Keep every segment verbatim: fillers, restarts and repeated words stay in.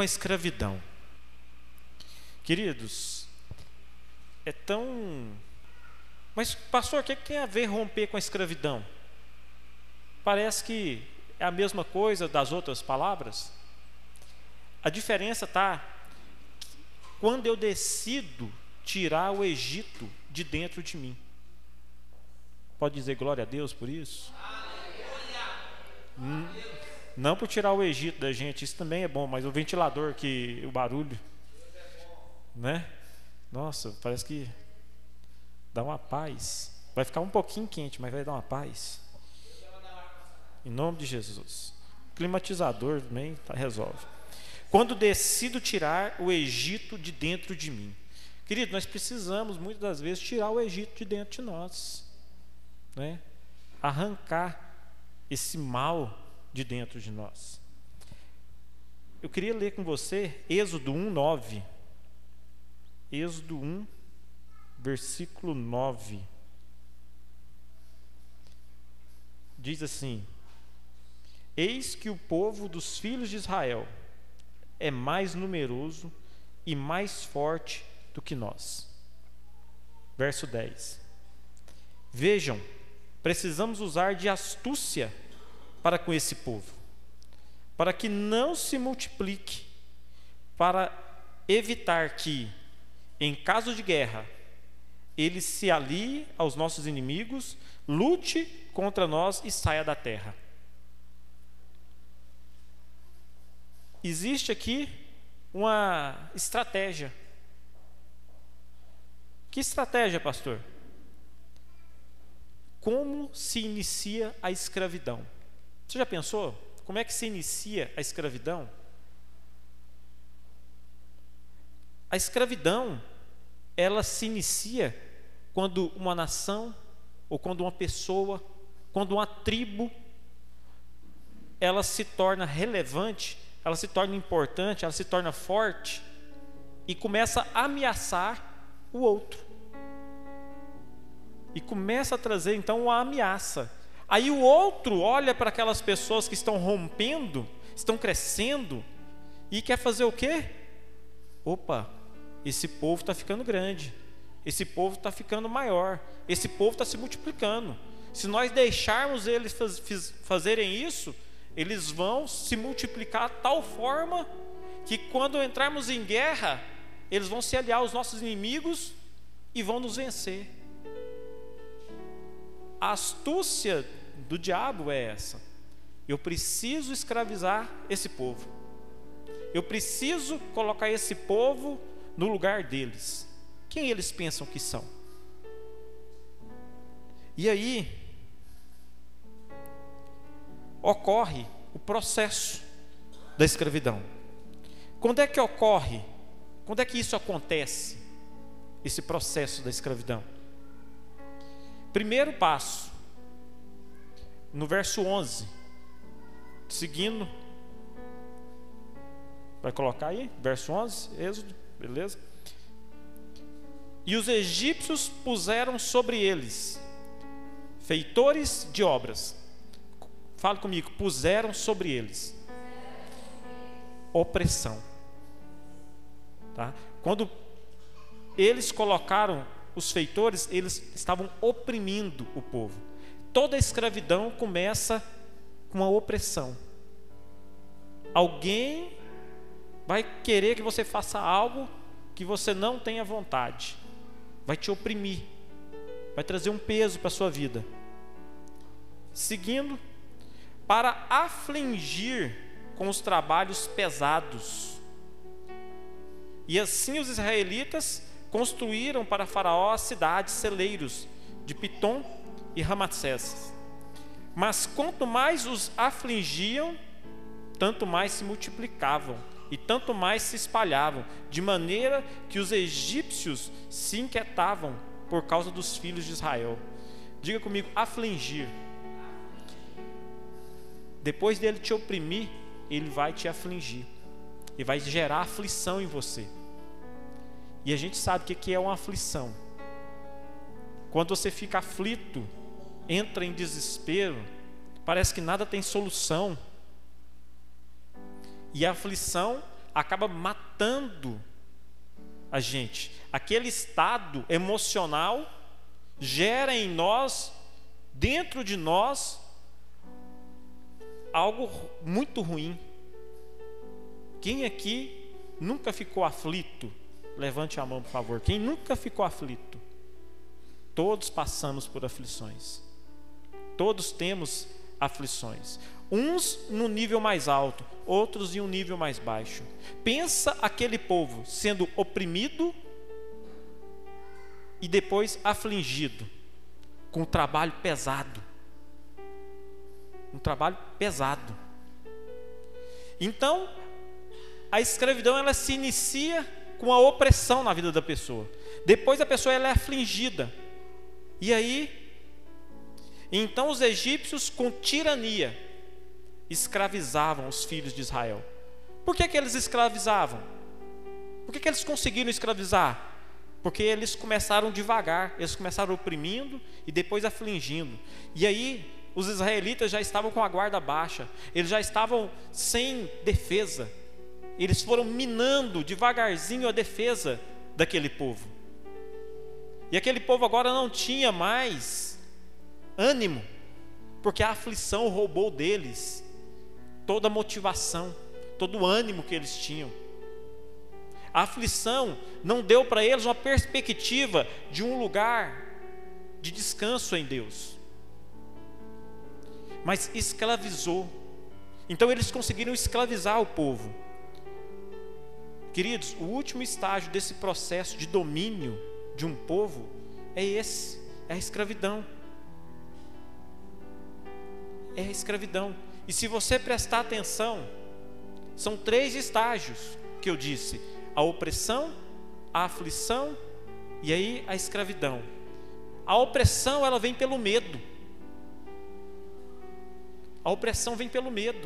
com a escravidão. Queridos, é tão... Mas, pastor, o que tem a ver romper com a escravidão? Parece que é a mesma coisa das outras palavras. A diferença está quando eu decido tirar o Egito de dentro de mim. Pode dizer glória a Deus por isso? Hum, não por tirar o Egito da gente, isso também é bom, mas o ventilador, que o barulho, né? Nossa, parece que dá uma paz. Vai ficar um pouquinho quente, mas vai dar uma paz. Em nome de Jesus. Climatizador também tá, resolve. Quando decido tirar o Egito de dentro de mim. Querido, nós precisamos muitas das vezes tirar o Egito de dentro de nós, né? Arrancar esse mal de dentro de nós. Eu queria ler com você Êxodo um, nove. Êxodo um, versículo nove. Diz assim: eis que o povo dos filhos de Israel é mais numeroso e mais forte do que nós. Verso dez. Vejam, precisamos usar de astúcia para com esse povo, para que não se multiplique, para evitar que, em caso de guerra, ele se alie aos nossos inimigos, lute contra nós e saia da terra. Existe aqui uma estratégia. Que estratégia, pastor? Como se inicia a escravidão? Você já pensou? Como é que se inicia a escravidão? A escravidão, ela se inicia quando uma nação, ou quando uma pessoa, quando uma tribo, ela se torna relevante, ela se torna importante, ela se torna forte e começa a ameaçar o outro. E começa a trazer então uma ameaça. Aí o outro olha para aquelas pessoas que estão rompendo, estão crescendo, e quer fazer o quê? Opa, esse povo está ficando grande, esse povo está ficando maior, esse povo está se multiplicando. Se nós deixarmos eles faz, fiz, fazerem isso, eles vão se multiplicar de tal forma que quando entrarmos em guerra, eles vão se aliar aos nossos inimigos e vão nos vencer. A astúcia do diabo é essa: eu preciso escravizar esse povo, eu preciso colocar esse povo no lugar deles. Quem eles pensam que são? E aí ocorre o processo da escravidão. Quando é que ocorre? Quando é que isso acontece? Esse processo da escravidão. Primeiro passo, no verso onze, seguindo, vai colocar aí, verso onze, Êxodo, beleza? E os egípcios puseram sobre eles feitores de obras. Fale comigo, puseram sobre eles opressão. Tá? Quando eles colocaram os feitores, eles estavam oprimindo o povo. Toda a escravidão começa com uma opressão. Alguém vai querer que você faça algo que você não tenha vontade, vai te oprimir, vai trazer um peso para a sua vida. Seguindo, para afligir com os trabalhos pesados. E assim os israelitas construíram para Faraó as cidades celeiros de Pitom e Ramassés. Mas quanto mais os afligiam, tanto mais se multiplicavam e tanto mais se espalhavam, de maneira que os egípcios se inquietavam por causa dos filhos de Israel. Diga comigo, afligir. Depois dele te oprimir, ele vai te afligir e vai gerar aflição em você. E a gente sabe o que é uma aflição. Quando você fica aflito, entra em desespero, parece que nada tem solução. E a aflição acaba matando a gente. Aquele estado emocional gera em nós, dentro de nós, algo muito ruim. Quem aqui nunca ficou aflito? Levante a mão, por favor. Quem nunca ficou aflito? Todos passamos por aflições. Todos temos aflições. Uns no nível mais alto, outros em um nível mais baixo. Pensa aquele povo sendo oprimido e depois afligido, com um trabalho pesado. Um trabalho pesado. Então, a escravidão, ela se inicia com a opressão na vida da pessoa. Depois a pessoa ela é afligida. E aí, então os egípcios com tirania escravizavam os filhos de Israel. Por que que eles escravizavam? Por que que eles conseguiram escravizar? Porque eles começaram devagar, eles começaram oprimindo e depois afligindo. E aí os israelitas já estavam com a guarda baixa, eles já estavam sem defesa. Eles foram minando devagarzinho a defesa daquele povo. E aquele povo agora não tinha mais ânimo, porque a aflição roubou deles toda a motivação, todo o ânimo que eles tinham. A aflição não deu para eles uma perspectiva de um lugar de descanso em Deus, mas escravizou. Então eles conseguiram escravizar o povo. Queridos, o último estágio desse processo de domínio de um povo é esse, é a escravidão. É a escravidão. E se você prestar atenção, são três estágios que eu disse: a opressão, a aflição e aí a escravidão. A opressão, ela vem pelo medo. A opressão vem pelo medo.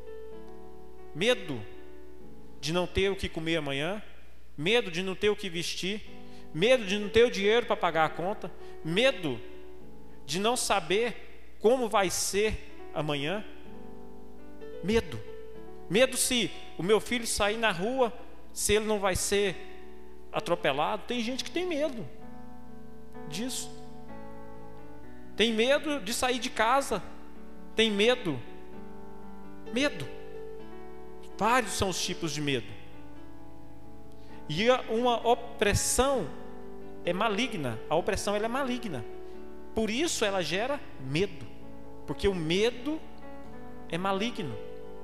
Medo de não ter o que comer amanhã, medo de não ter o que vestir, medo de não ter o dinheiro para pagar a conta, medo de não saber como vai ser amanhã. Medo. Medo se o meu filho sair na rua, se ele não vai ser atropelado. Tem gente que tem medo disso. Tem medo de sair de casa. Tem medo. Medo. Vários são os tipos de medo. E uma opressão é maligna. A opressão ela é maligna. Por isso ela gera medo. Porque o medo é maligno.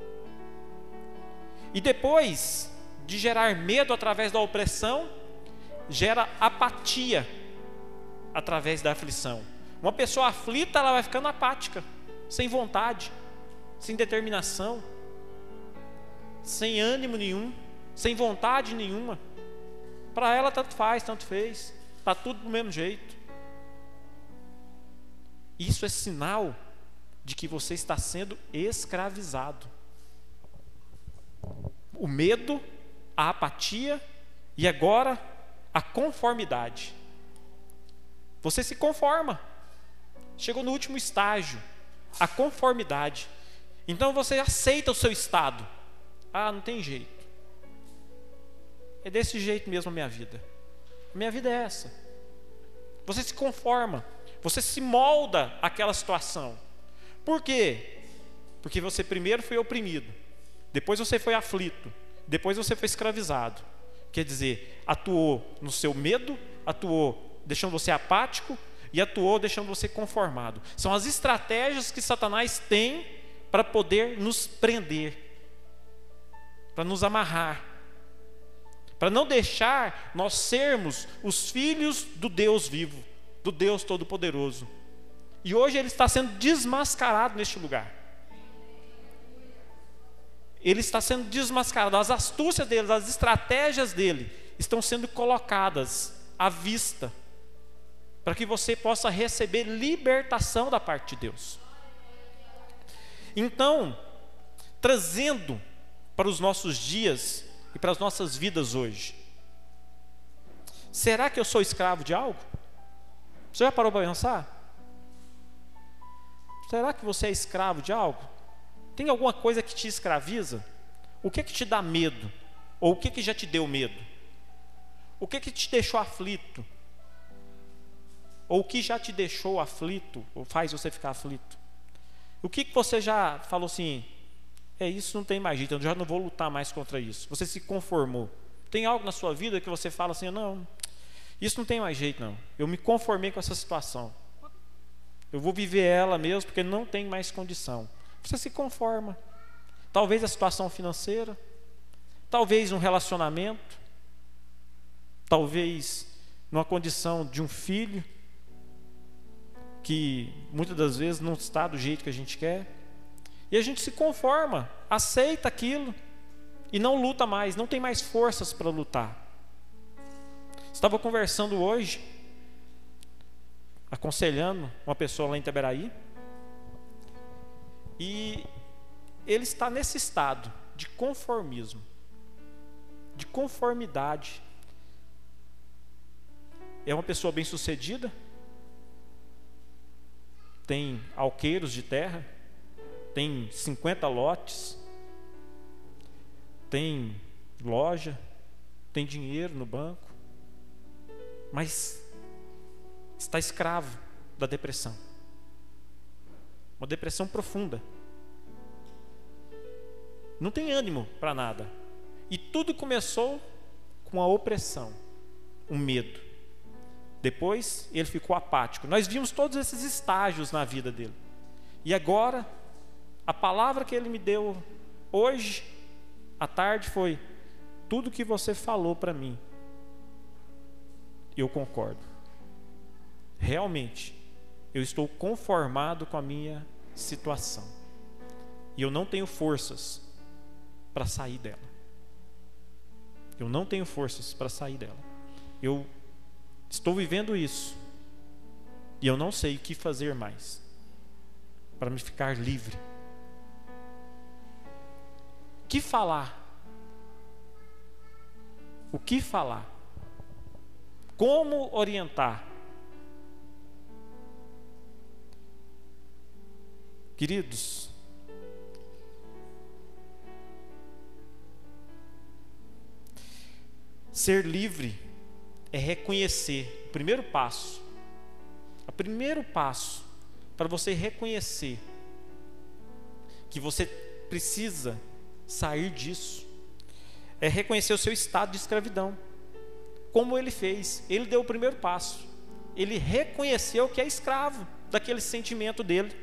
E depois de gerar medo através da opressão, gera apatia através da aflição. Uma pessoa aflita, ela vai ficando apática, sem vontade, sem determinação, sem ânimo nenhum, sem vontade nenhuma. Para ela tanto faz, tanto fez, está tudo do mesmo jeito. Isso é sinal de que você está sendo escravizado. O medo, a apatia e agora a conformidade. Você se conforma. Chegou no último estágio, a conformidade. Então você aceita o seu estado. Ah, não tem jeito. É desse jeito mesmo a minha vida. A minha vida é essa. Você se conforma. Você se molda àquela situação. Por quê? Porque você primeiro foi oprimido, depois você foi aflito, depois você foi escravizado. Quer dizer, atuou no seu medo, atuou deixando você apático e atuou deixando você conformado. São as estratégias que Satanás tem para poder nos prender, para nos amarrar, para não deixar nós sermos os filhos do Deus vivo, do Deus Todo-Poderoso. E hoje ele está sendo desmascarado neste lugar. Ele está sendo desmascarado. As astúcias dele, as estratégias dele estão sendo colocadas à vista, para que você possa receber libertação da parte de Deus. Então, trazendo para os nossos dias e para as nossas vidas hoje, será que eu sou escravo de algo? Você já parou para pensar? Será que você é escravo de algo? Tem alguma coisa que te escraviza? O que é que te dá medo? Ou o que, que já te deu medo? O que, que te deixou aflito? Ou o que já te deixou aflito, ou faz você ficar aflito? O que, que você já falou assim, é isso, não tem mais jeito, eu já não vou lutar mais contra isso. Você se conformou. Tem algo na sua vida que você fala assim, não, isso não tem mais jeito não. Eu me conformei com essa situação. Eu vou viver ela mesmo, porque não tem mais condição. Você se conforma. Talvez a situação financeira, talvez um relacionamento, talvez numa condição de um filho, que muitas das vezes não está do jeito que a gente quer, e a gente se conforma, aceita aquilo e não luta mais, não tem mais forças para lutar. Estava conversando hoje, aconselhando uma pessoa lá em Itaberaí, e ele está nesse estado de conformismo, de conformidade. É uma pessoa bem-sucedida, tem alqueiros de terra, tem cinquenta lotes, tem loja, tem dinheiro no banco, mas está escravo da depressão, uma depressão profunda, não tem ânimo para nada, e tudo começou com a opressão, o medo. Depois ele ficou apático. Nós vimos todos esses estágios na vida dele. E agora, a palavra que ele me deu hoje à tarde foi: tudo que você falou para mim, eu concordo. Realmente, eu estou conformado com a minha situação. E eu não tenho forças para sair dela. Eu não tenho forças para sair dela. Eu estou vivendo isso e eu não sei o que fazer mais para me ficar livre. O que falar? O que falar? Como orientar? Queridos, ser livre é reconhecer, o primeiro passo, o primeiro passo para você reconhecer que você precisa sair disso, é reconhecer o seu estado de escravidão. Como ele fez, ele deu o primeiro passo, ele reconheceu que é escravo daquele sentimento dele.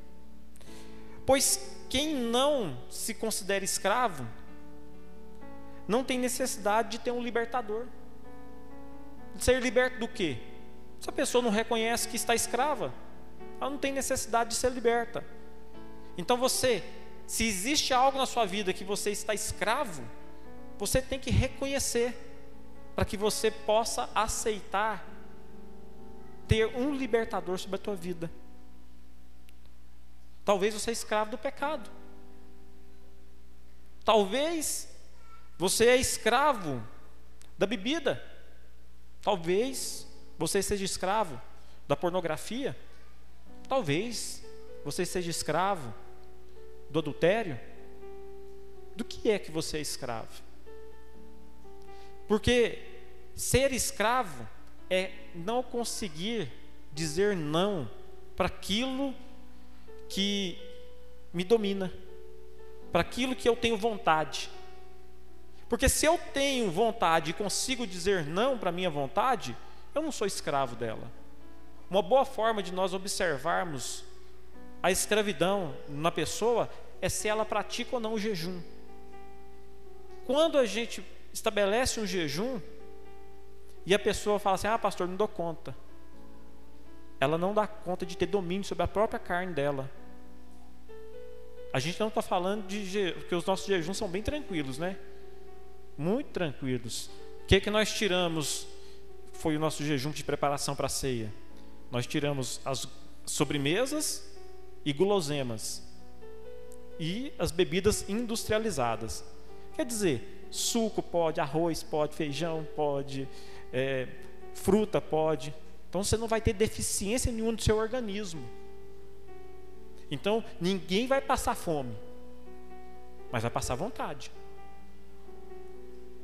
Pois quem não se considera escravo não tem necessidade de ter um libertador. Ser liberto do quê? Se a pessoa não reconhece que está escrava, ela não tem necessidade de ser liberta. Então você, se existe algo na sua vida que você está escravo, você tem que reconhecer, para que você possa aceitar ter um libertador sobre a tua vida. Talvez você é escravo do pecado. Talvez você é escravo da bebida. Talvez você seja escravo da pornografia. Talvez você seja escravo do adultério. Do que é que você é escravo? Porque ser escravo é não conseguir dizer não para aquilo que me domina, para aquilo que eu tenho vontade. Porque se eu tenho vontade e consigo dizer não para a minha vontade, eu não sou escravo dela. Uma boa forma de nós observarmos a escravidão na pessoa é se ela pratica ou não o jejum. Quando a gente estabelece um jejum e a pessoa fala assim: ah, pastor, não dou conta, ela não dá conta de ter domínio sobre a própria carne dela. A gente não está falando de je... que os nossos jejuns são bem tranquilos, né? Muito tranquilos. O que que nós tiramos? Foi o nosso jejum de preparação para a ceia. Nós tiramos as sobremesas e guloseimas e as bebidas industrializadas. Quer dizer, suco pode, arroz pode, feijão pode, é, fruta pode. Então você não vai ter deficiência nenhuma no seu organismo. Então ninguém vai passar fome, mas vai passar vontade.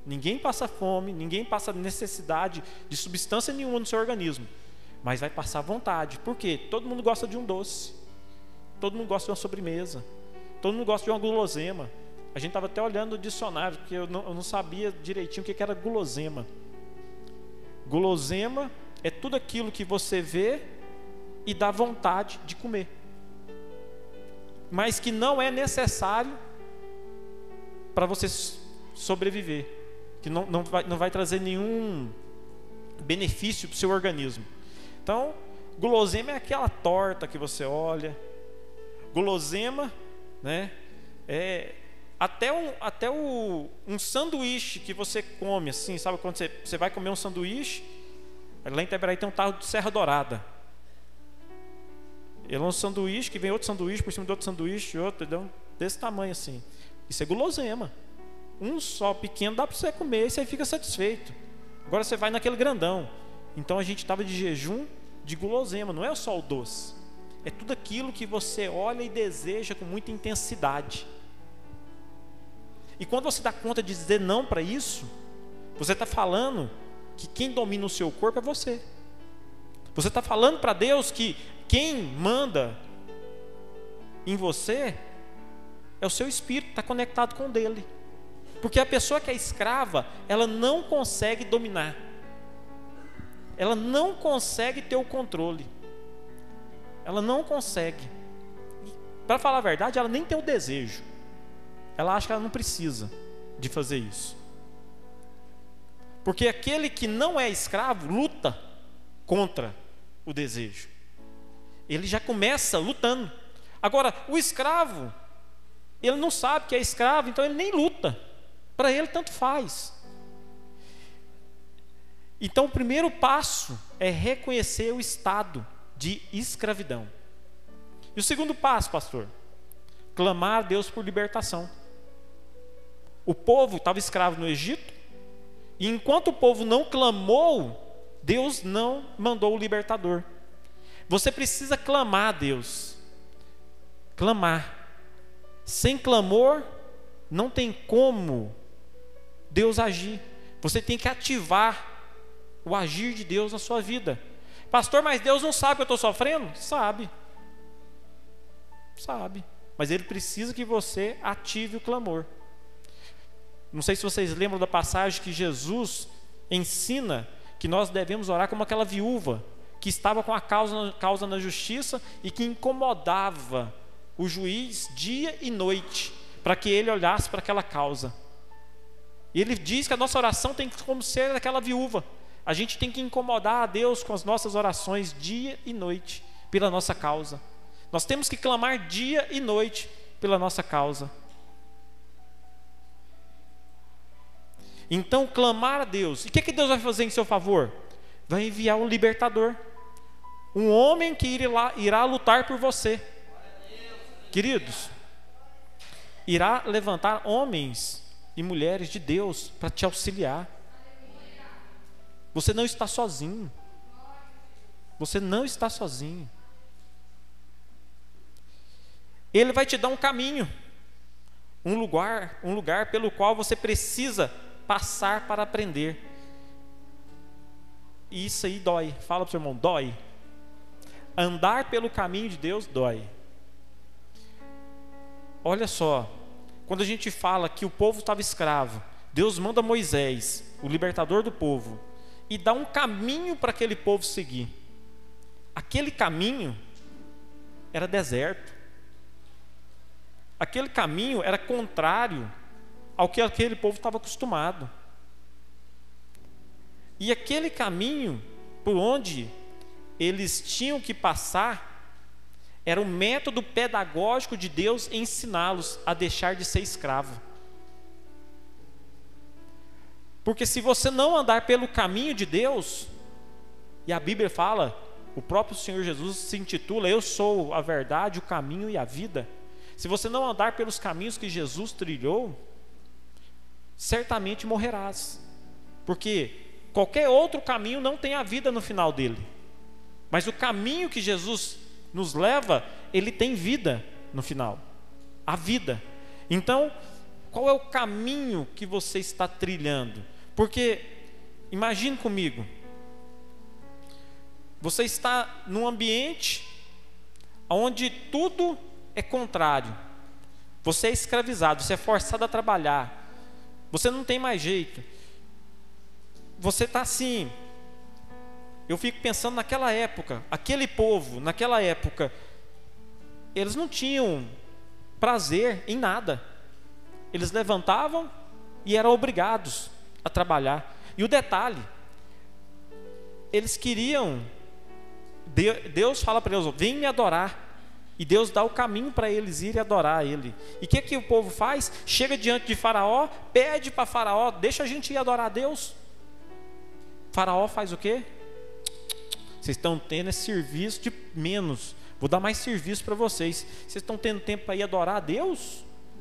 Ninguém passa fome, ninguém passa necessidade de substância nenhuma no seu organismo, mas vai passar vontade. Por quê? Todo mundo gosta de um doce, todo mundo gosta de uma sobremesa, todo mundo gosta de uma gulosema. A gente estava até olhando o dicionário, porque eu não, eu não sabia direitinho o que era gulosema. Gulosema é tudo aquilo que você vê e dá vontade de comer, mas que não é necessário para você sobreviver, que não, não, vai, não vai trazer nenhum benefício para o seu organismo. Então, gulosema é aquela torta que você olha. Gulosema, né, é até, um, até o, um sanduíche que você come, assim, sabe quando você, você vai comer um sanduíche, lá em Itaboraí tem um tal de Serra Dourada. Ele é um sanduíche que vem outro sanduíche por cima de outro sanduíche, outro, desse tamanho assim. Isso é gulosema. Um só pequeno dá para você comer e você fica satisfeito. Agora você vai naquele grandão. Então a gente estava de jejum de gulosema. Não é só o doce, é tudo aquilo que você olha e deseja com muita intensidade. E quando você dá conta de dizer não para isso, você está falando que quem domina o seu corpo é você. Você está falando para Deus que quem manda em você é o seu espírito, está conectado com o dele. Porque a pessoa que é escrava, ela não consegue dominar, ela não consegue ter o controle, ela não consegue. Para falar a verdade, ela nem tem o desejo, ela acha que ela não precisa de fazer isso. Porque aquele que não é escravo luta contra o desejo, ele já começa lutando. Agora, o escravo, ele não sabe que é escravo, então ele nem luta. Para ele tanto faz. Então o primeiro passo é reconhecer o estado de escravidão. E o segundo passo, pastor? Clamar a Deus por libertação. O povo estava escravo no Egito, e enquanto o povo não clamou, Deus não mandou o libertador. Você precisa clamar a Deus. Clamar. Sem clamor, não tem como Deus agir. Você tem que ativar o agir de Deus na sua vida. Pastor, mas Deus não sabe que eu estou sofrendo? Sabe. Sabe. Mas Ele precisa que você ative o clamor. Não sei se vocês lembram da passagem que Jesus ensina que nós devemos orar como aquela viúva que estava com a causa, causa na justiça e que incomodava o juiz dia e noite para que ele olhasse para aquela causa. E ele diz que a nossa oração tem que como ser daquela viúva. A gente tem que incomodar a Deus com as nossas orações dia e noite pela nossa causa. Nós temos que clamar dia e noite pela nossa causa. Então, clamar a Deus. E o que, que Deus vai fazer em seu favor? Vai enviar um libertador, um homem que irá, irá lutar por você. Queridos, irá levantar homens e mulheres de Deus para te auxiliar. Você não está sozinho. Você não está sozinho. Ele vai te dar um caminho, um lugar, um lugar pelo qual você precisa passar para aprender. E isso aí dói. Fala para o seu irmão, dói. Andar pelo caminho de Deus dói. Olha só, quando a gente fala que o povo estava escravo, Deus manda Moisés, o libertador do povo, e dá um caminho para aquele povo seguir. Aquele caminho era deserto. Aquele caminho era contrário ao que aquele povo estava acostumado. E aquele caminho por onde eles tinham que passar era o método pedagógico de Deus ensiná-los a deixar de ser escravo. Porque se você não andar pelo caminho de Deus, e a Bíblia fala, o próprio Senhor Jesus se intitula, eu sou a verdade, o caminho e a vida. Se você não andar pelos caminhos que Jesus trilhou, certamente morrerás. Porque qualquer outro caminho não tem a vida no final dele. Mas o caminho que Jesus nos leva, ele tem vida no final. A vida. Então, Qual é o caminho que você está trilhando? Porque, imagine comigo, você está num ambiente onde tudo é contrário. Você é escravizado, você é forçado a trabalhar. Você não tem mais jeito. Você está assim. Eu fico pensando naquela época, aquele povo, naquela época, eles não tinham prazer em nada. Eles levantavam e eram obrigados a trabalhar. E o detalhe, eles queriam, Deus fala para eles: vem me adorar. E Deus dá o caminho para eles irem adorar Ele. E o que, que o povo faz? Chega diante de Faraó, pede para Faraó: deixa a gente ir adorar a Deus. Faraó faz o quê? Vocês estão tendo esse serviço de menos, vou dar mais serviço para vocês. Vocês estão tendo tempo para ir adorar a Deus?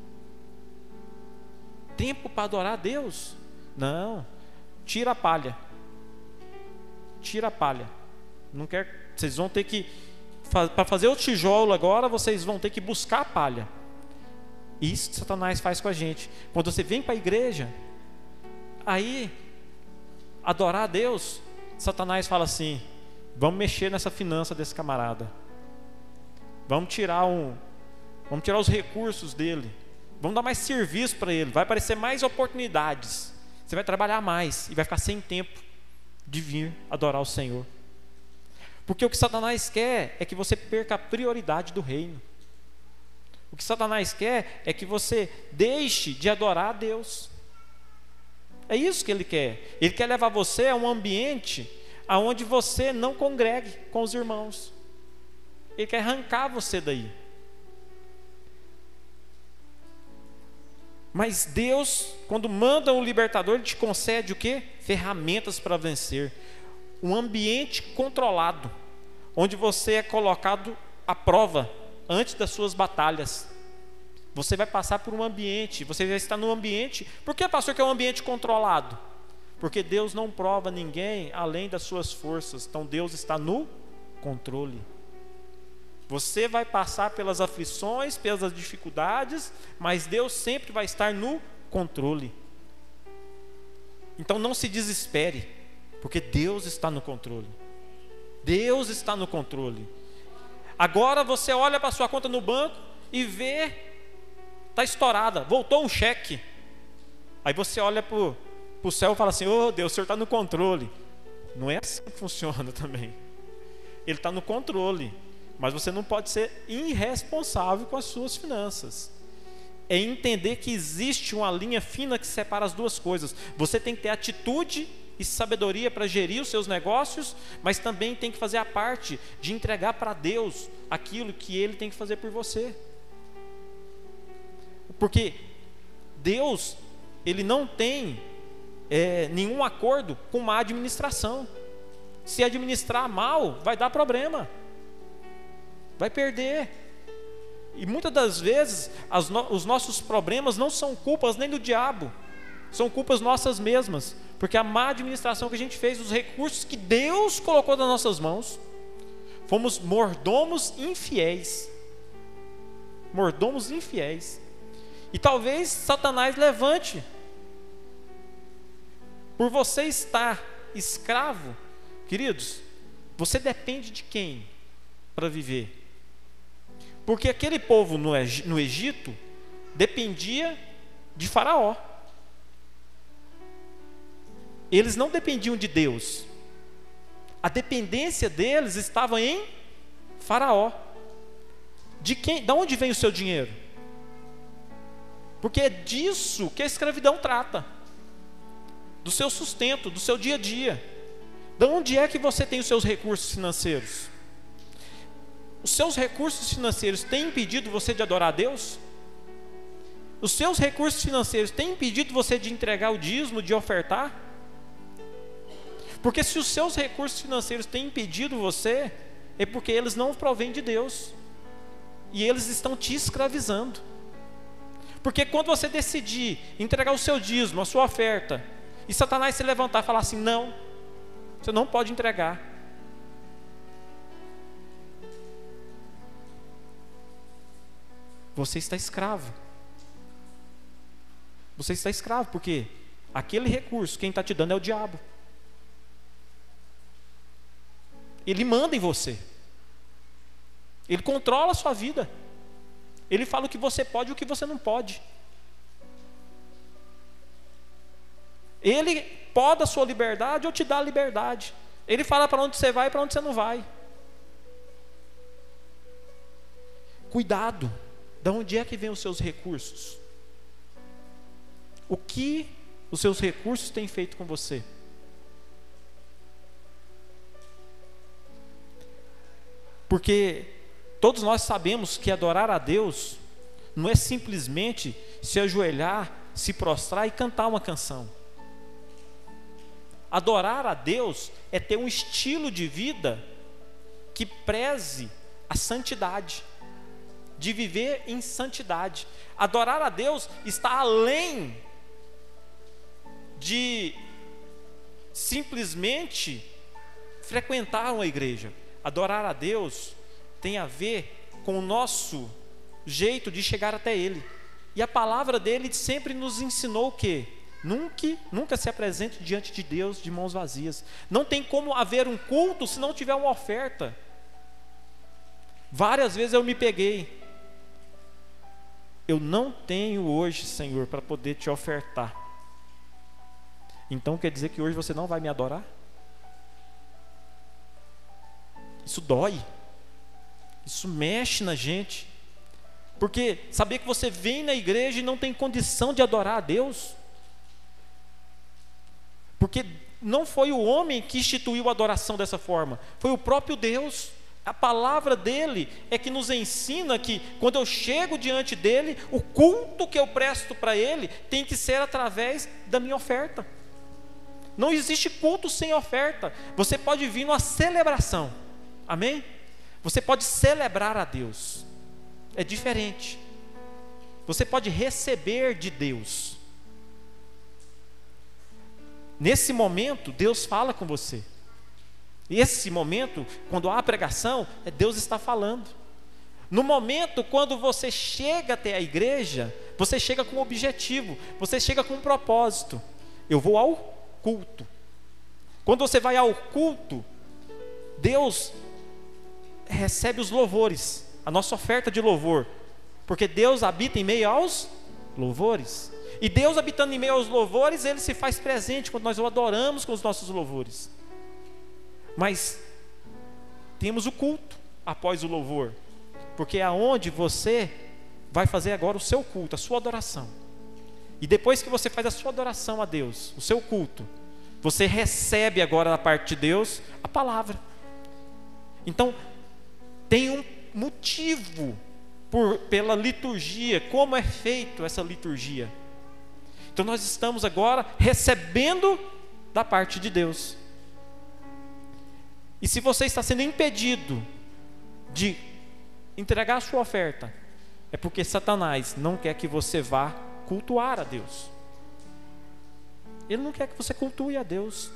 Tempo para adorar a Deus? Não. Tira a palha. Tira a palha. Não quer, vocês vão ter que, para fazer o tijolo agora, vocês vão ter que buscar a palha. Isso que Satanás faz com a gente. Quando você vem para a igreja, aí adorar a Deus, Satanás fala assim: vamos mexer nessa finança desse camarada. Vamos tirar um, vamos tirar os recursos dele. Vamos dar mais serviço para ele. Vai aparecer mais oportunidades. Você vai trabalhar mais e vai ficar sem tempo de vir adorar o Senhor. Porque o que Satanás quer é que você perca a prioridade do reino. O que Satanás quer é que você deixe de adorar a Deus. É isso que ele quer. Ele quer levar você a um ambiente aonde você não congregue com os irmãos. Ele quer arrancar você daí. Mas Deus, quando manda um libertador, Ele te concede o quê? Ferramentas para vencer. Um ambiente controlado, onde você é colocado à prova antes das suas batalhas. Você vai passar por um ambiente, você vai estar num ambiente. Por que, pastor, que é um ambiente controlado? Porque Deus não prova ninguém além das suas forças. Então Deus está no controle. Você vai passar pelas aflições, pelas dificuldades, mas Deus sempre vai estar no controle. Então não se desespere, porque Deus está no controle. Deus está no controle. Agora você olha para a sua conta no banco e vê, está estourada, voltou um cheque. Aí você olha para o céu e fala assim: oh Deus, o Senhor está no controle. Não é assim que funciona também. Ele está no controle, mas você não pode ser irresponsável com as suas finanças. É entender que existe uma linha fina que separa as duas coisas. Você tem que ter atitude e sabedoria para gerir os seus negócios, mas também tem que fazer a parte de entregar para Deus aquilo que Ele tem que fazer por você. Porque Deus, Ele não tem é, nenhum acordo com má administração. Se administrar mal, vai dar problema, vai perder. E muitas das vezes as no, os nossos problemas não são culpas nem do diabo, são culpas nossas mesmas, porque a má administração que a gente fez dos recursos que Deus colocou nas nossas mãos. Fomos mordomos infiéis. Mordomos infiéis. E talvez Satanás levante, por você estar escravo. Queridos, você depende de quem para viver? Porque aquele povo no Egito dependia de Faraó. Eles não dependiam de Deus. A dependência deles estava em Faraó. De quem? Da onde vem o seu dinheiro? Porque é disso que a escravidão trata. Do seu sustento, do seu dia a dia. De onde é que você tem os seus recursos financeiros? Os seus recursos financeiros têm impedido você de adorar a Deus? Os seus recursos financeiros têm impedido você de entregar o dízimo, de ofertar? Porque se os seus recursos financeiros têm impedido você, é porque eles não provêm de Deus. E eles estão te escravizando. Porque quando você decidir entregar o seu dízimo, a sua oferta, e Satanás se levantar e falar assim: não, você não pode entregar, você está escravo. você está escravo, porque aquele recurso, quem está te dando é o diabo. Ele manda em você. Ele controla a sua vida. Ele fala o que você pode e o que você não pode. Ele poda a sua liberdade ou te dá a liberdade. Ele fala para onde você vai e para onde você não vai. Cuidado. De onde é que vem os seus recursos? O que os seus recursos têm feito com você? Porque todos nós sabemos que adorar a Deus não é simplesmente se ajoelhar, se prostrar e cantar uma canção. Adorar a Deus é ter um estilo de vida que preze a santidade, de viver em santidade. Adorar a Deus está além de simplesmente frequentar uma igreja. Adorar a Deus tem a ver com o nosso jeito de chegar até Ele. E a palavra dele sempre nos ensinou o quê? Nunca, nunca se apresente diante de Deus de mãos vazias. Não tem como haver um culto se não tiver uma oferta. Várias vezes eu me peguei. Eu não tenho hoje, Senhor, para poder te ofertar. Então quer dizer que hoje você não vai me adorar? Isso dói. Isso mexe na gente. Porque saber que você vem na igreja e não tem condição de adorar a Deus. Porque não foi o homem que instituiu a adoração dessa forma, foi o próprio Deus. A palavra dele é que nos ensina que quando eu chego diante dele, o culto que eu presto para ele tem que ser através da minha oferta. Não existe culto sem oferta. Você pode vir numa celebração, amém? Você pode celebrar a Deus, é diferente. Você pode receber de Deus. Nesse momento, Deus fala com você. Esse momento, quando há pregação, é Deus está falando. No momento, quando você chega até a igreja, você chega com um objetivo, você chega com um propósito. Eu vou ao culto. Quando você vai ao culto, Deus recebe os louvores, a nossa oferta de louvor, porque Deus habita em meio aos louvores. E Deus habitando em meio aos louvores, Ele se faz presente quando nós o adoramos com os nossos louvores. Mas temos o culto após o louvor, porque é aonde você vai fazer agora o seu culto, a sua adoração. E depois que você faz a sua adoração a Deus, o seu culto, você recebe agora da parte de Deus a palavra. Então tem um motivo por, pela liturgia, como é feito essa liturgia. Então nós estamos agora recebendo da parte de Deus. E se você está sendo impedido de entregar a sua oferta, é porque Satanás não quer que você vá cultuar a Deus. Ele não quer que você cultue a Deus.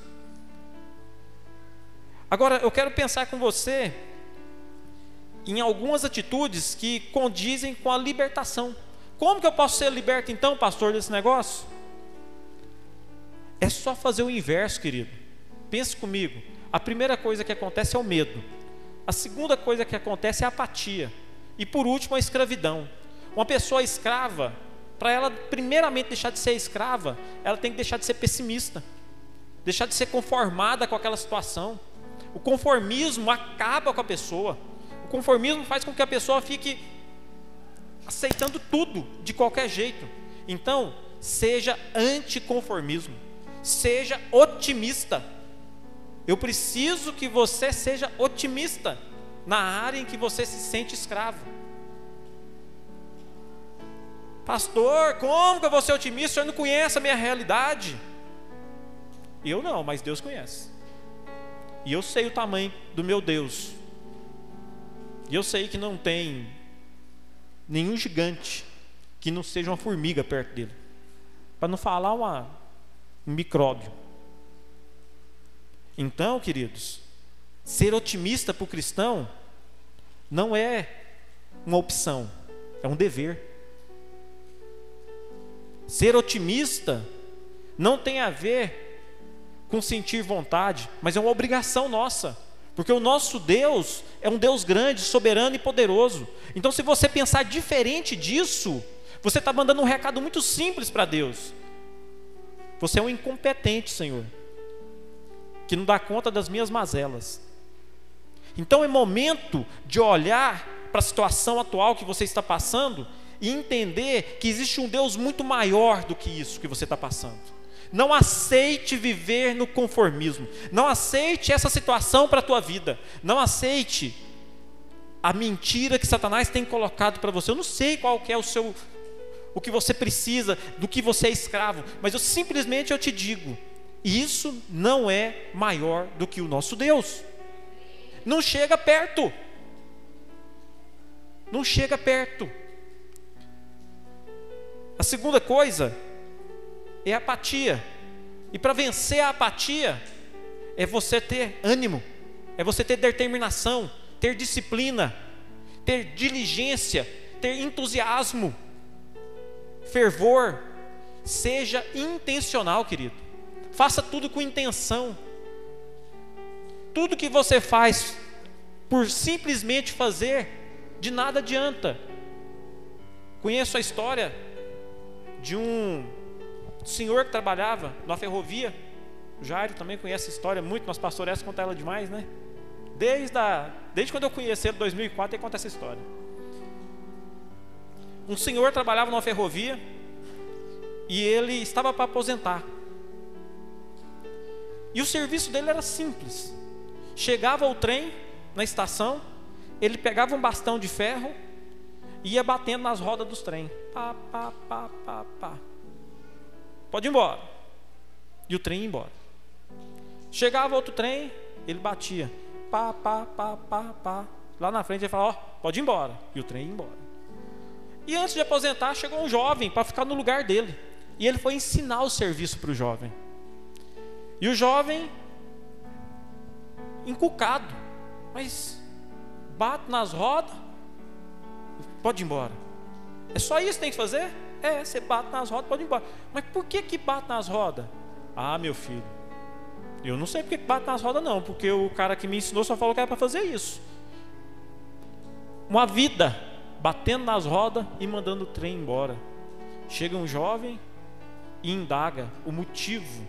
Agora eu quero pensar com você em algumas atitudes que condizem com a libertação. Como que eu posso ser liberto então, pastor, desse negócio? É só fazer o inverso, querido. Pense comigo. A primeira coisa que acontece é o medo. A segunda coisa que acontece é a apatia. E por último, a escravidão. Uma pessoa escrava, para ela primeiramente deixar de ser escrava, ela tem que deixar de ser pessimista, deixar de ser conformada com aquela situação. O conformismo acaba com a pessoa. O conformismo faz com que a pessoa fique aceitando tudo de qualquer jeito. Então, seja anticonformismo, seja otimista. Eu preciso que você seja otimista na área em que você se sente escravo. Pastor, como que eu vou ser otimista? O senhor não conhece a minha realidade. Eu não, mas Deus conhece. E eu sei o tamanho do meu Deus. E eu sei que não tem nenhum gigante que não seja uma formiga perto dele, para não falar uma, um micróbio. Então, queridos, ser otimista para o cristão não é uma opção, é um dever. Ser otimista não tem a ver com sentir vontade, mas é uma obrigação nossa, porque o nosso Deus é um Deus grande, soberano e poderoso. Então, se você pensar diferente disso, você está mandando um recado muito simples para Deus: você é um incompetente, Senhor, que não dá conta das minhas mazelas. Então é momento de olhar para a situação atual que você está passando e entender que existe um Deus muito maior do que isso que você está passando. Não aceite viver no conformismo. Não aceite essa situação para a tua vida. Não aceite a mentira que Satanás tem colocado para você. Eu não sei qual que é o seu, o que você precisa, do que você é escravo, mas eu simplesmente eu te digo: isso não é maior do que o nosso Deus. Não chega perto. Não chega perto. A segunda coisa é a apatia. E para vencer a apatia é você ter ânimo, é você ter determinação, ter disciplina, ter diligência, ter entusiasmo, fervor. Seja intencional, querido. Faça tudo com intenção. Tudo que você faz por simplesmente fazer, de nada adianta. Conheço a história de um senhor que trabalhava na ferrovia. O Jairo também conhece a história muito. Nosso pastor Essa conta ela demais, né? Desde, a, desde quando eu conheci ele, em dois mil e quatro, ele conta essa história. Um senhor trabalhava numa ferrovia e ele estava para aposentar. E o serviço dele era simples. Chegava o trem na estação, ele pegava um bastão de ferro e ia batendo nas rodas dos trem. Pá, pá, pá, pá, pá. Pode ir embora. E o trem ia embora. Chegava outro trem, ele batia. Pá, pá, pá, pá, pá. Lá na frente ele falava: ó, pode ir embora. E o trem ia embora. E antes de aposentar, chegou um jovem para ficar no lugar dele. E ele foi ensinar o serviço para o jovem. E o jovem, encucado, mas bate nas rodas, pode ir embora. É só isso que tem que fazer? É, você bate nas rodas, pode ir embora. Mas por que que bate nas rodas? Ah, meu filho, eu não sei porque que bate nas rodas não, porque o cara que me ensinou só falou que era para fazer isso. Uma vida batendo nas rodas e mandando o trem embora. Chega um jovem e indaga o motivo.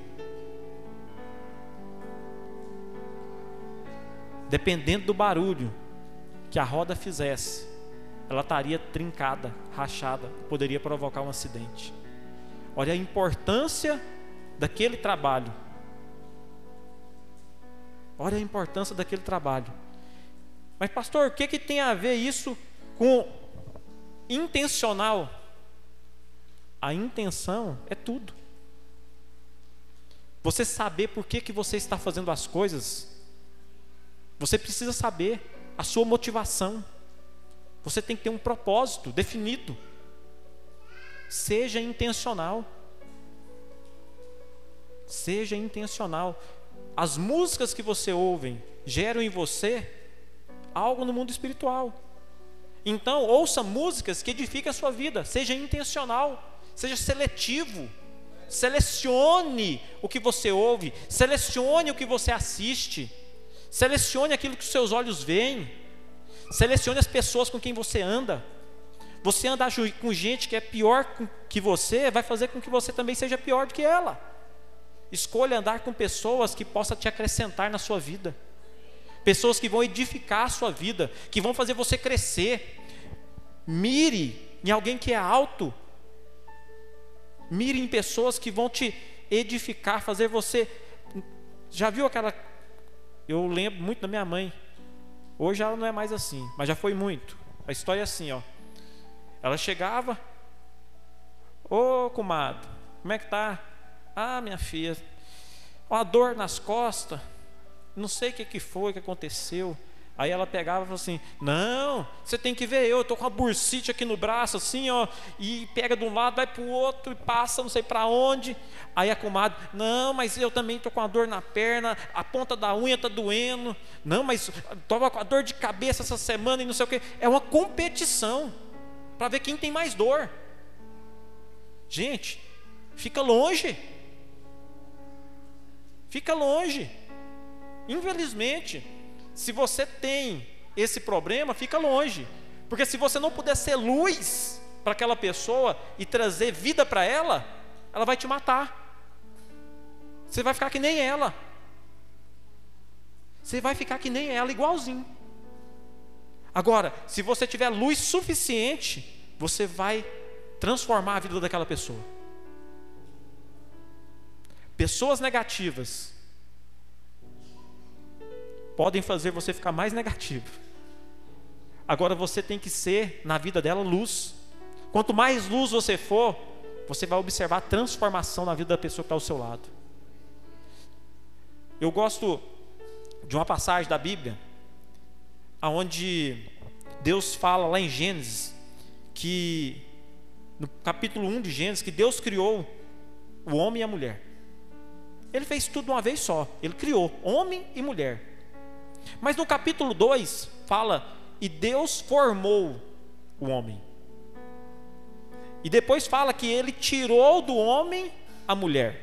Dependendo do barulho que a roda fizesse, ela estaria trincada, rachada, poderia provocar um acidente. Olha a importância daquele trabalho. Olha a importância daquele trabalho. Mas pastor, o que que tem a ver isso com intencional? A intenção é tudo. Você saber por que que você está fazendo as coisas. Você precisa saber a sua motivação. Você tem que ter um propósito definido. Seja intencional. Seja intencional. As músicas que você ouve geram em você algo no mundo espiritual. Então, ouça músicas que edifiquem a sua vida. Seja intencional. Seja seletivo. Selecione o que você ouve. Selecione o que você assiste. Selecione aquilo que os seus olhos veem. Selecione as pessoas com quem você anda. Você andar com gente que é pior que você, vai fazer com que você também seja pior do que ela. Escolha andar com pessoas que possam te acrescentar na sua vida. Pessoas que vão edificar a sua vida, que vão fazer você crescer. Mire em alguém que é alto. Mire em pessoas que vão te edificar, fazer você... Já viu aquela... Eu lembro muito da minha mãe. Hoje ela não é mais assim, mas já foi muito. A história é assim, ó. Ela chegava: ô comadre, como é que tá? Ah, minha filha, uma dor nas costas, não sei o que que foi, o que aconteceu. Aí ela pegava e falava assim: não, você tem que ver eu, eu tô com uma bursite aqui no braço assim, ó, e pega de um lado, vai pro outro e passa não sei para onde. Aí a comadre: não, mas eu também tô com uma dor na perna, a ponta da unha tá doendo. Não, mas tava com a dor de cabeça essa semana e não sei o que. É uma competição para ver quem tem mais dor. Gente, Fica longe. Fica longe. Infelizmente, se você tem esse problema, fica longe. Porque se você não puder ser luz para aquela pessoa e trazer vida para ela, ela vai te matar. Você vai ficar que nem ela. Você vai ficar que nem ela, igualzinho. Agora, se você tiver luz suficiente, você vai transformar a vida daquela pessoa. Pessoas negativas podem fazer você ficar mais negativo. Agora você tem que ser, na vida dela, luz. Quanto mais luz você for, você vai observar a transformação na vida da pessoa que está ao seu lado. Eu gosto de uma passagem da Bíblia, onde Deus fala lá em Gênesis, que no capítulo um de Gênesis, que Deus criou o homem e a mulher. Ele fez tudo de uma vez só. Ele criou homem e mulher. Mas no capítulo dois fala: e Deus formou o homem. E depois fala que ele tirou do homem a mulher.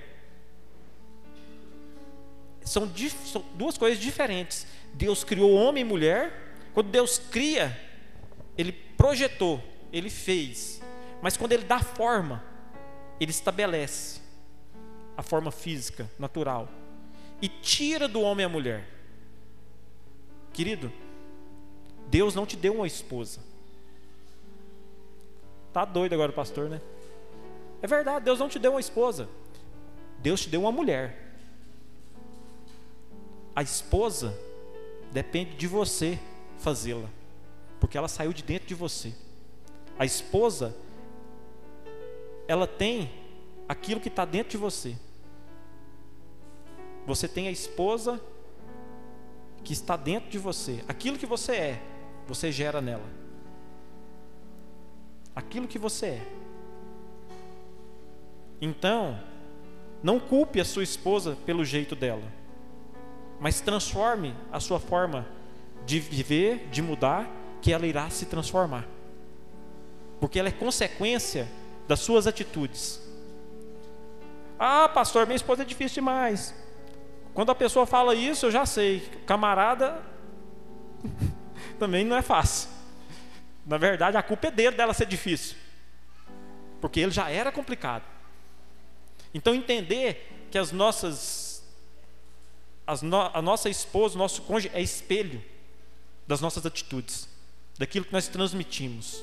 São, dif, são duas coisas diferentes. Deus criou homem e mulher. Quando Deus cria, Ele projetou, Ele fez. Mas quando Ele dá forma, Ele estabelece a forma física, natural, e tira do homem a mulher. Querido, Deus não te deu uma esposa. Tá doido agora o pastor, né? É verdade, Deus não te deu uma esposa. Deus te deu uma mulher. A esposa depende de você fazê-la, porque ela saiu de dentro de você. A esposa, ela tem aquilo que está dentro de você. Você tem a esposa que está dentro de você. Aquilo que você é, você gera nela. Aquilo que você é. Então, não culpe a sua esposa pelo jeito dela, mas transforme a sua forma de viver, de mudar, que ela irá se transformar, porque ela é consequência das suas atitudes. Ah, pastor, minha esposa é difícil demais. Quando a pessoa fala isso, eu já sei, camarada também não é fácil. Na verdade, a culpa é dele dela ser difícil, porque ele já era complicado. Então, entender que as nossas as no, a nossa esposa, o nosso cônjuge é espelho das nossas atitudes, daquilo que nós transmitimos.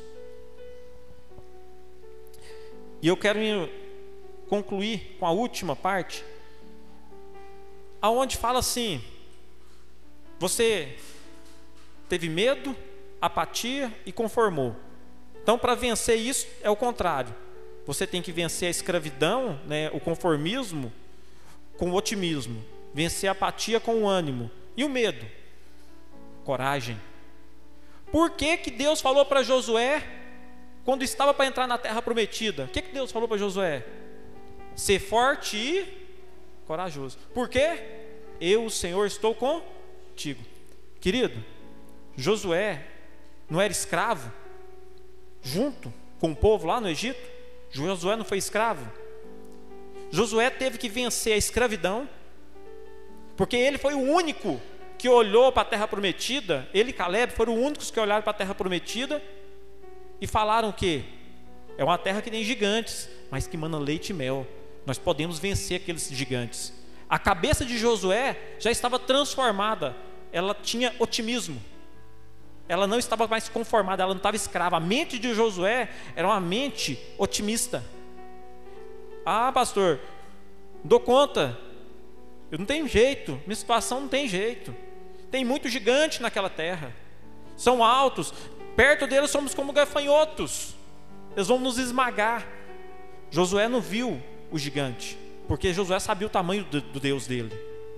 E eu quero concluir com a última parte, aonde fala assim: você teve medo, apatia e conformou. Então, para vencer isso, é o contrário. Você tem que vencer a escravidão, né, o conformismo, com o otimismo. Vencer a apatia com o ânimo. E o medo? Coragem. Por que que Deus falou para Josué, quando estava para entrar na terra prometida? O que que Deus falou para Josué? Ser forte e corajoso. Por quê? Eu, o Senhor, estou contigo. Querido, Josué não era escravo junto com o povo lá no Egito? Josué não foi escravo? Josué teve que vencer a escravidão, porque ele foi o único que olhou para a terra prometida. Ele e Caleb foram os únicos que olharam para a terra prometida e falaram que é uma terra que tem gigantes, mas que mana leite e mel. Nós podemos vencer aqueles gigantes. A cabeça de Josué já estava transformada. Ela tinha otimismo. Ela não estava mais conformada, ela não estava escrava. A mente de Josué era uma mente otimista. Ah, pastor, dou conta, eu não tenho jeito, minha situação não tem jeito. Tem muito gigante naquela terra, são altos, perto deles somos como gafanhotos, eles vão nos esmagar. Josué não viu o gigante, porque Josué sabia o tamanho do, do Deus dele.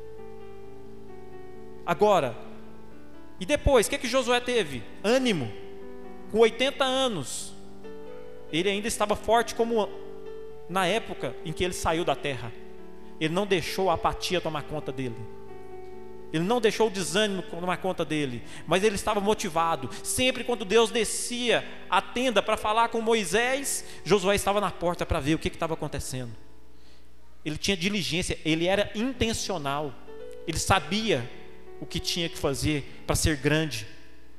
Agora, e depois, o que que Josué teve? Ânimo. Com oitenta anos, ele ainda estava forte como na época em que ele saiu da terra. Ele não deixou a apatia tomar conta dele. Ele não deixou o desânimo tomar conta dele. Mas ele estava motivado. Sempre quando Deus descia a tenda para falar com Moisés, Josué estava na porta para ver o que que estava acontecendo. ele tinha diligência, ele era intencional, ele sabia o que tinha que fazer para ser grande.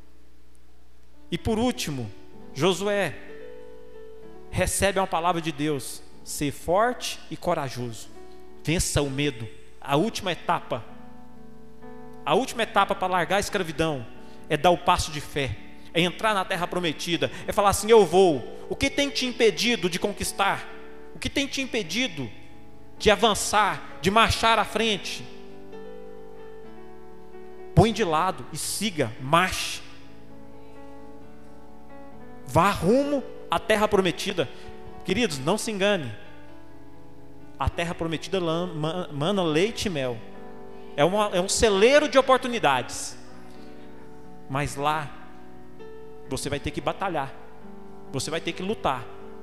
E por último, Josué recebe uma palavra de Deus: ser forte e corajoso, vença o medo. A última etapa, a última etapa para largar a escravidão é dar o passo de fé, é entrar na terra prometida, é falar assim: eu vou. O que tem te impedido de conquistar? O que tem te impedido de avançar, de marchar à frente? Põe de lado e siga, marche. Vá rumo à terra prometida. Queridos, não se engane. A terra prometida mana leite e mel. É, uma, é um celeiro de oportunidades. Mas lá você vai ter que batalhar. Você vai ter que lutar.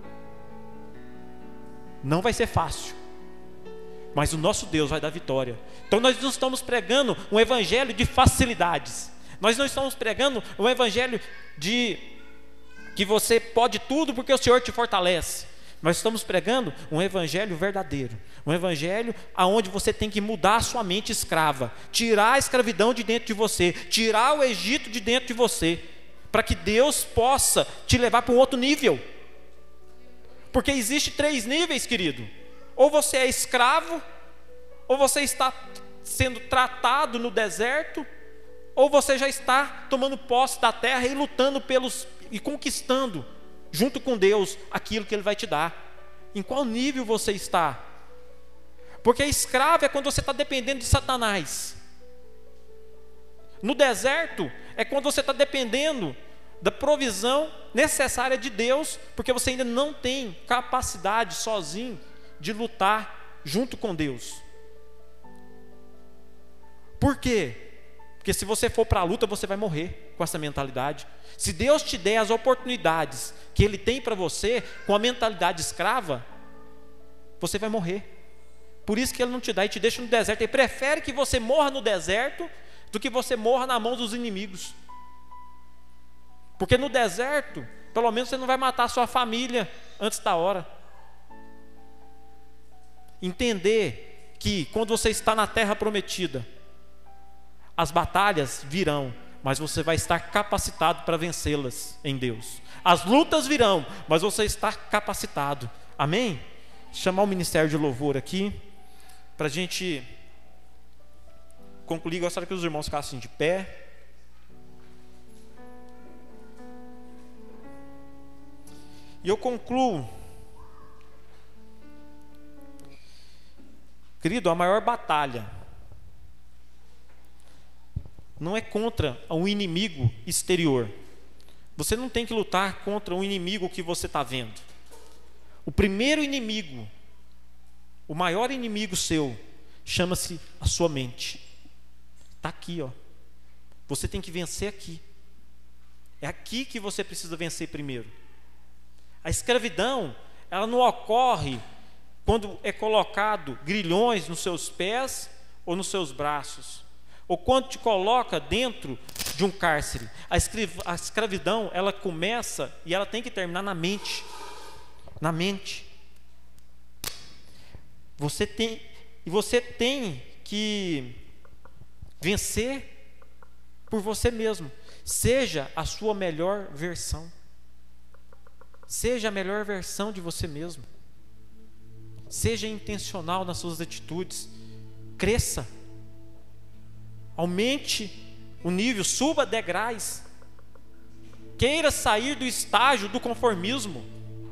Não vai ser fácil, mas o nosso Deus vai dar vitória. Então nós não estamos pregando um evangelho de facilidades. Nós não estamos pregando um evangelho de que você pode tudo porque o Senhor te fortalece. Nós estamos pregando um evangelho verdadeiro, um evangelho aonde você tem que mudar a sua mente escrava, tirar a escravidão de dentro de você, tirar o Egito de dentro de você, para que Deus possa te levar para um outro nível. Porque existe três níveis, querido. Ou você é escravo, ou você está sendo tratado no deserto, ou você já está tomando posse da terra e lutando pelos e conquistando junto com Deus aquilo que Ele vai te dar. Em qual nível você está? Porque escravo é quando você está dependendo de Satanás. No deserto é quando você está dependendo da provisão necessária de Deus, porque você ainda não tem capacidade sozinho de lutar junto com Deus. Por quê? Porque se você for para a luta, você vai morrer com essa mentalidade. Se Deus te der as oportunidades que Ele tem para você, com a mentalidade escrava, você vai morrer. Por isso que Ele não te dá e te deixa no deserto. Ele prefere que você morra no deserto do que você morra na mão dos inimigos. Porque no deserto, pelo menos você não vai matar a sua família antes da hora. Entender que quando você está na terra prometida, as batalhas virão, mas você vai estar capacitado para vencê-las em Deus. As lutas virão, mas você está capacitado. Amém? Chamar o ministério de louvor aqui, para a gente concluir. Gostaria que os irmãos ficassem de pé. E eu concluo, querido, a maior batalha não é contra um inimigo exterior. Você não tem que lutar contra um inimigo que você está vendo. O primeiro inimigo, o maior inimigo seu, chama-se a sua mente. Está aqui, ó. Você tem que vencer aqui. É aqui que você precisa vencer primeiro. A escravidão, ela não ocorre quando é colocado grilhões nos seus pés ou nos seus braços, ou quando te coloca dentro de um cárcere. A, a escravidão, ela começa e ela tem que terminar na mente. Na mente. Você tem, e você tem que vencer por você mesmo. Seja a sua melhor versão. Seja a melhor versão de você mesmo. Seja intencional nas suas atitudes. Cresça. Aumente o nível, suba degraus. Queira sair do estágio do conformismo.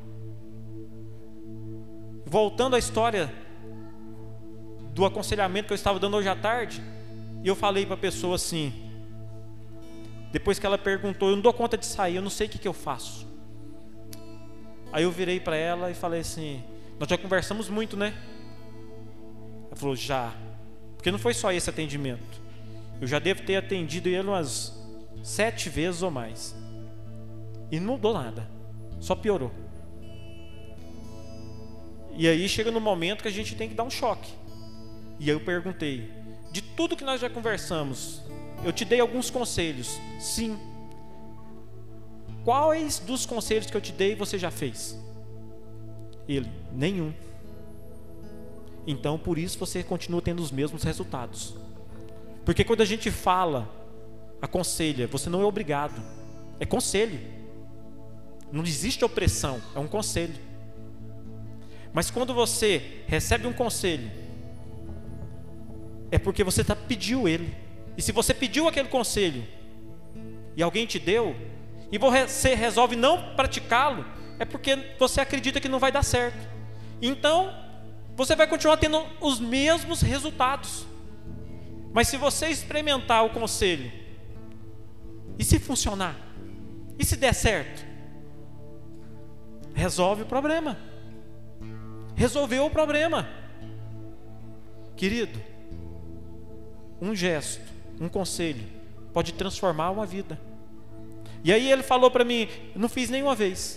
Voltando à história do aconselhamento que eu estava dando hoje à tarde, e eu falei para a pessoa assim, depois que ela perguntou: eu não dou conta de sair, eu não sei o que, que eu faço. Aí eu virei para ela e falei assim: nós já conversamos muito, né? Ela falou: já. Porque não foi só esse atendimento. Eu já devo ter atendido ele umas sete vezes ou mais. E não mudou nada. Só piorou. E aí chega no momento que a gente tem que dar um choque. E aí eu perguntei: de tudo que nós já conversamos, eu te dei alguns conselhos. Sim. Quais dos conselhos que eu te dei você já fez? Ele: nenhum. Então por isso você continua tendo os mesmos resultados. Porque quando a gente fala, aconselha, você não é obrigado, é conselho. Não existe opressão, é um conselho. Mas quando você recebe um conselho, é porque você tá, pediu ele. E se você pediu aquele conselho e alguém te deu, e você resolve não praticá-lo, é porque você acredita que não vai dar certo. Então você vai continuar tendo os mesmos resultados. Mas se você experimentar o conselho, e se funcionar, e se der certo, resolve o problema. Resolveu o problema. Querido, um gesto, um conselho pode transformar uma vida. E aí ele falou para mim, não fiz nenhuma vez.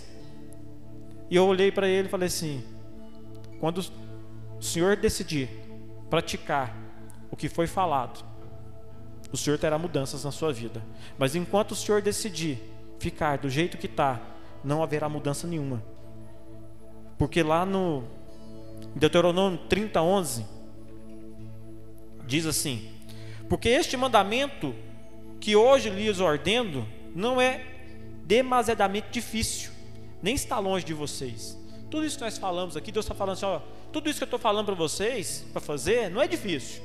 E eu olhei para ele e falei assim: quando o senhor decidir praticar o que foi falado, o senhor terá mudanças na sua vida. Mas enquanto o senhor decidir ficar do jeito que está, não haverá mudança nenhuma. Porque lá no Deuteronômio trinta, onze diz assim: porque este mandamento que hoje lhes ordeno não é demasiadamente difícil, nem está longe de vocês. Tudo isso que nós falamos aqui, Deus está falando assim, ó, tudo isso que eu estou falando para vocês, para fazer, não é difícil,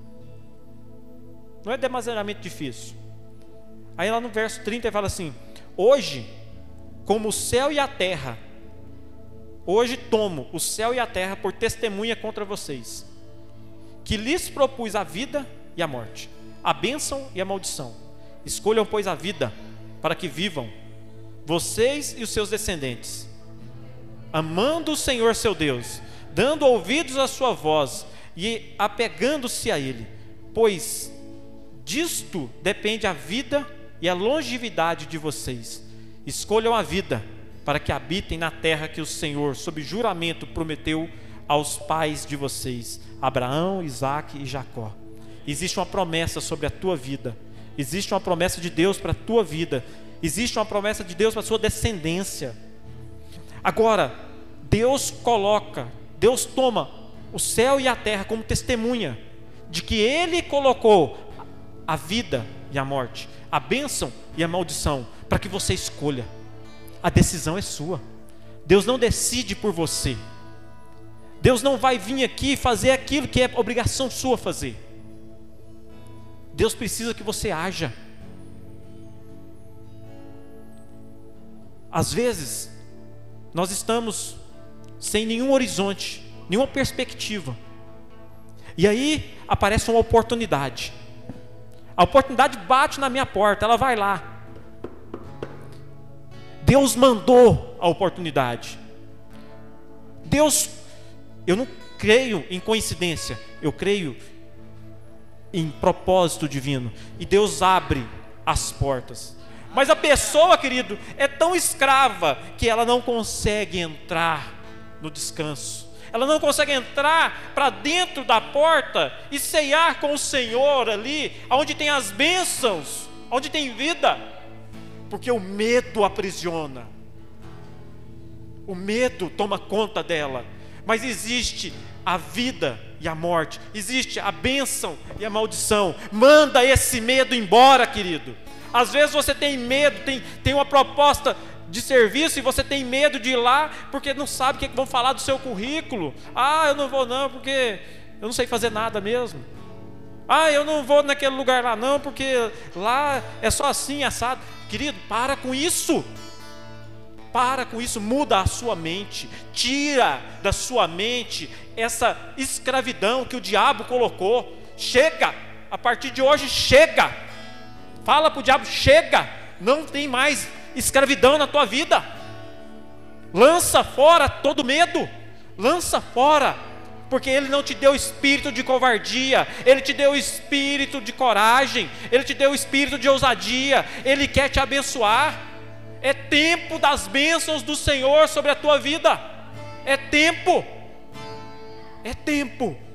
não é demasiadamente difícil. Aí lá no verso trinta ele fala assim: hoje, como o céu e a terra, hoje tomo o céu e a terra por testemunha contra vocês, que lhes propus a vida e a morte, a bênção e a maldição. Escolham, pois, a vida, para que vivam, vocês e os seus descendentes, amando o Senhor seu Deus, dando ouvidos à sua voz e apegando-se a Ele, pois disto depende a vida e a longevidade de vocês. Escolham a vida, para que habitem na terra que o Senhor, sob juramento, prometeu aos pais de vocês, Abraão, Isaque e Jacó. Existe uma promessa sobre a tua vida, existe uma promessa de Deus para a tua vida, existe uma promessa de Deus para a sua descendência. Agora, Deus coloca, Deus toma o céu e a terra como testemunha de que Ele colocou a vida e a morte, a bênção e a maldição, para que você escolha. A decisão é sua. Deus não decide por você. Deus não vai vir aqui fazer aquilo que é obrigação sua fazer. Deus precisa que você haja. Às vezes nós estamos sem nenhum horizonte, nenhuma perspectiva, e aí aparece uma oportunidade. A oportunidade bate na minha porta, ela vai lá. Deus mandou a oportunidade. Deus, eu não creio em coincidência, eu creio em propósito divino. E Deus abre as portas. Mas a pessoa, querido, é tão escrava que ela não consegue entrar no descanso. Ela não consegue entrar para dentro da porta e ceiar com o Senhor ali, onde tem as bênçãos, onde tem vida. Porque o medo aprisiona. O medo toma conta dela. Mas existe a vida e a morte, existe a bênção e a maldição. Manda esse medo embora, querido. Às vezes você tem medo, tem, tem uma proposta de serviço e você tem medo de ir lá porque não sabe o que vão falar do seu currículo. Ah, eu não vou não porque eu não sei fazer nada mesmo. Ah, eu não vou naquele lugar lá não porque lá é só assim, assado. Querido, para com isso. Para com isso, muda a sua mente. Tira da sua mente essa escravidão que o diabo colocou. Chega, a partir de hoje chega. Fala para o diabo, chega. Não tem mais escravidão na tua vida. Lança fora todo medo. Lança fora. Porque Ele não te deu espírito de covardia, Ele te deu espírito de coragem, Ele te deu espírito de ousadia, Ele quer te abençoar. É tempo das bênçãos do Senhor sobre a tua vida. É tempo. É tempo.